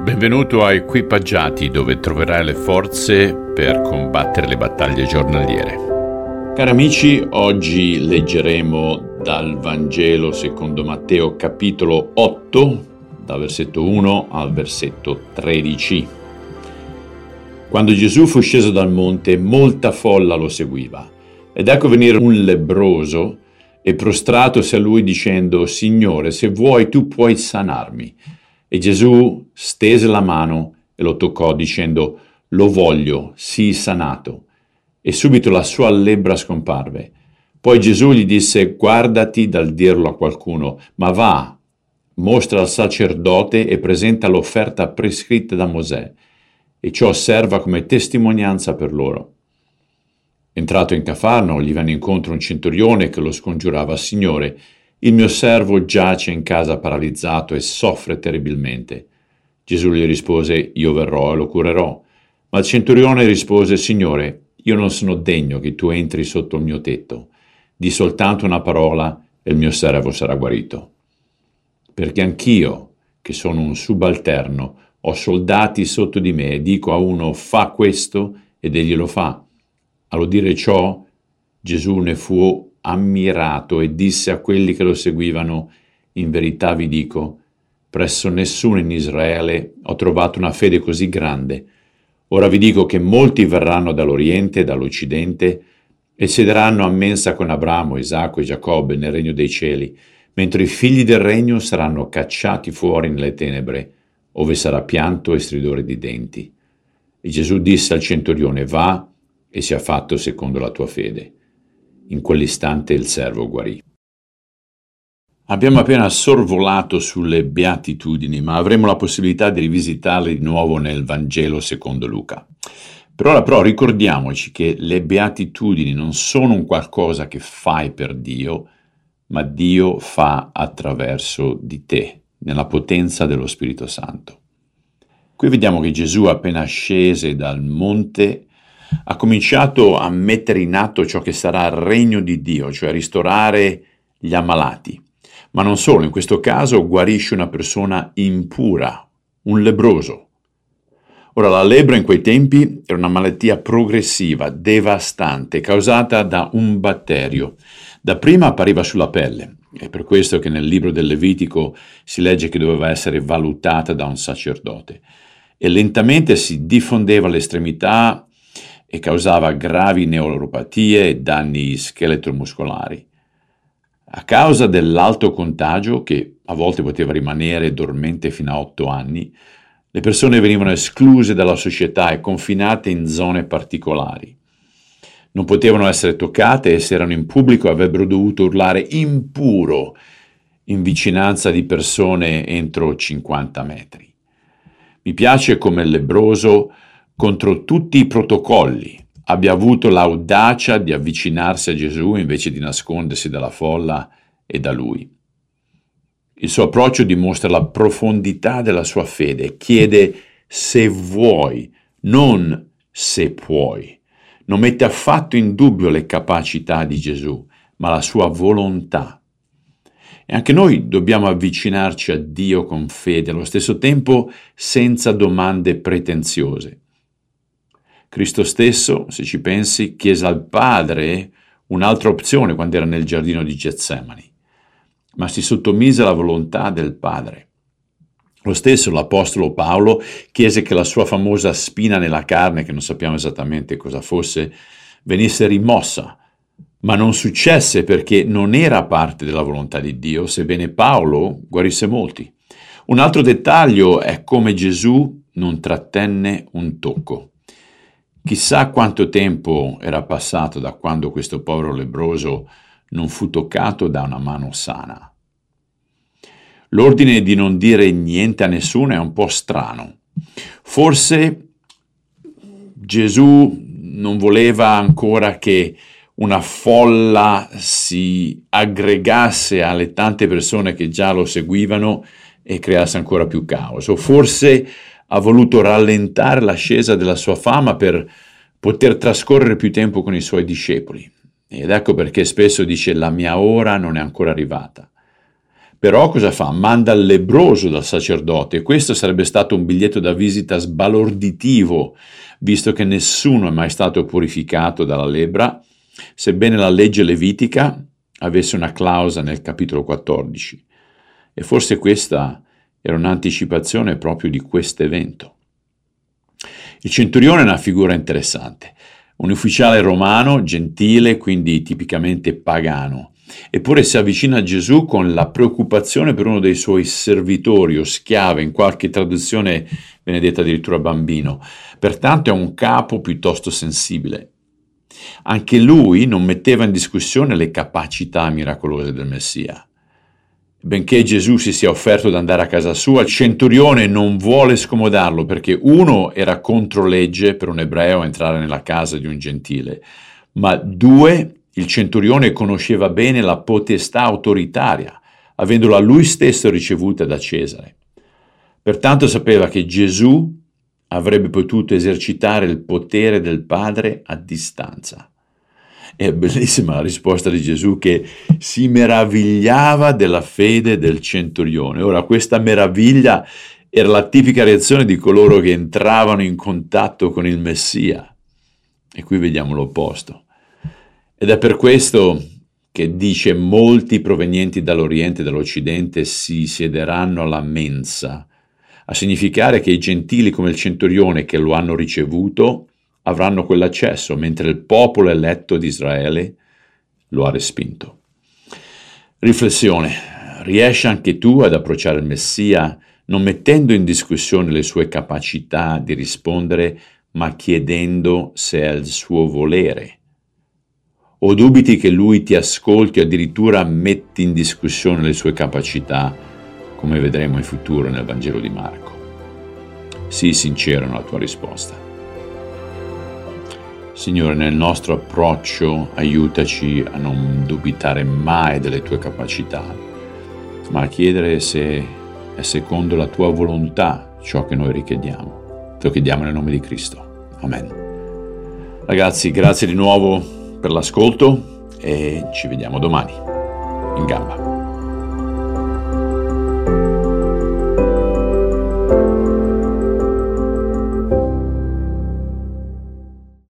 Benvenuto a Equipaggiati, dove troverai le forze per combattere le battaglie giornaliere. Cari amici, oggi leggeremo dal Vangelo secondo Matteo capitolo 8, dal versetto 1 al versetto 13. Quando Gesù fu sceso dal monte, molta folla lo seguiva. Ed ecco venire un lebbroso e prostratosi a lui dicendo: Signore, se vuoi tu puoi sanarmi. E Gesù stese la mano e lo toccò dicendo: Lo voglio, sii sanato. E subito la sua lebbra scomparve. Poi Gesù gli disse: Guardati dal dirlo a qualcuno, ma va, mostra al sacerdote e presenta l'offerta prescritta da Mosè, e ciò serva come testimonianza per loro. Entrato in Cafarno, gli venne incontro un centurione che lo scongiurava: Signore, il mio servo giace in casa paralizzato e soffre terribilmente. Gesù gli rispose: Io verrò e lo curerò. Ma il centurione rispose: Signore, io non sono degno che tu entri sotto il mio tetto. Di soltanto una parola e il mio servo sarà guarito. Perché anch'io, che sono un subalterno, ho soldati sotto di me e dico a uno: fa questo, ed egli lo fa. All'udire ciò, Gesù ne fu ammirato e disse a quelli che lo seguivano: In verità vi dico, presso nessuno in Israele ho trovato una fede così grande. Ora vi dico che molti verranno dall'Oriente e dall'Occidente e siederanno a mensa con Abramo, Isacco e Giacobbe nel regno dei cieli, mentre i figli del regno saranno cacciati fuori nelle tenebre, ove sarà pianto e stridore di denti. E Gesù disse al centurione: Va e sia fatto secondo la tua fede. In quell'istante il servo guarì. Abbiamo appena sorvolato sulle beatitudini, ma avremo la possibilità di rivisitarle di nuovo nel Vangelo secondo Luca. Per ora però ricordiamoci che le beatitudini non sono un qualcosa che fai per Dio, ma Dio fa attraverso di te, nella potenza dello Spirito Santo. Qui vediamo che Gesù, appena scese dal monte, ha cominciato a mettere in atto ciò che sarà il regno di Dio, cioè ristorare gli ammalati. Ma non solo, in questo caso guarisce una persona impura, un lebbroso. Ora, la lebbra in quei tempi era una malattia progressiva, devastante, causata da un batterio. Dapprima appariva sulla pelle, è per questo che nel libro del Levitico si legge che doveva essere valutata da un sacerdote, e lentamente si diffondeva all'estremità e causava gravi neuropatie e danni scheletromuscolari. A causa dell'alto contagio, che a volte poteva rimanere dormente fino a 8 anni, le persone venivano escluse dalla società e confinate in zone particolari. Non potevano essere toccate e se erano in pubblico avrebbero dovuto urlare impuro in vicinanza di persone entro 50 metri. Mi piace come il lebbroso, contro tutti i protocolli, abbia avuto l'audacia di avvicinarsi a Gesù invece di nascondersi dalla folla e da lui. Il suo approccio dimostra la profondità della sua fede. Chiede se vuoi, non se puoi. Non mette affatto in dubbio le capacità di Gesù, ma la sua volontà. E anche noi dobbiamo avvicinarci a Dio con fede, allo stesso tempo senza domande pretenziose. Cristo stesso, se ci pensi, chiese al Padre un'altra opzione quando era nel giardino di Getsemani, ma si sottomise alla volontà del Padre. Lo stesso l'Apostolo Paolo chiese che la sua famosa spina nella carne, che non sappiamo esattamente cosa fosse, venisse rimossa, ma non successe perché non era parte della volontà di Dio, sebbene Paolo guarisse molti. Un altro dettaglio è come Gesù non trattenne un tocco. Chissà quanto tempo era passato da quando questo povero lebbroso non fu toccato da una mano sana. L'ordine di non dire niente a nessuno è un po' strano. Forse Gesù non voleva ancora che una folla si aggregasse alle tante persone che già lo seguivano e creasse ancora più caos. O forse ha voluto rallentare l'ascesa della sua fama per poter trascorrere più tempo con i suoi discepoli. Ed ecco perché spesso dice: la mia ora non è ancora arrivata. Però cosa fa? Manda il lebbroso dal sacerdote, e questo sarebbe stato un biglietto da visita sbalorditivo, visto che nessuno è mai stato purificato dalla lebbra, sebbene la legge levitica avesse una clausola nel capitolo 14. E forse questa era un'anticipazione proprio di questo evento. Il centurione è una figura interessante, un ufficiale romano, gentile, quindi tipicamente pagano, eppure si avvicina a Gesù con la preoccupazione per uno dei suoi servitori o schiave, in qualche traduzione viene detta addirittura bambino. Pertanto è un capo piuttosto sensibile. Anche lui non metteva in discussione le capacità miracolose del Messia. Benché Gesù si sia offerto ad andare a casa sua, il centurione non vuole scomodarlo perché uno era contro legge per un ebreo entrare nella casa di un gentile, ma due, il centurione conosceva bene la potestà autoritaria, avendola lui stesso ricevuta da Cesare. Pertanto sapeva che Gesù avrebbe potuto esercitare il potere del Padre a distanza. È bellissima la risposta di Gesù, che si meravigliava della fede del centurione. Ora, questa meraviglia era la tipica reazione di coloro che entravano in contatto con il Messia. E qui vediamo l'opposto. Ed è per questo che dice: molti provenienti dall'Oriente e dall'Occidente si siederanno alla mensa, a significare che i gentili come il centurione che lo hanno ricevuto avranno quell'accesso, mentre il popolo eletto di Israele lo ha respinto. Riflessione: riesci anche tu ad approcciare il Messia non mettendo in discussione le sue capacità di rispondere, ma chiedendo se è il suo volere? O dubiti che lui ti ascolti o addirittura metti in discussione le sue capacità, come vedremo in futuro nel Vangelo di Marco? Sii sincero nella tua risposta. Signore, nel nostro approccio aiutaci a non dubitare mai delle tue capacità, ma a chiedere se è secondo la tua volontà ciò che noi richiediamo. Te lo chiediamo nel nome di Cristo. Amen. Ragazzi, grazie di nuovo per l'ascolto e ci vediamo domani. In gamba.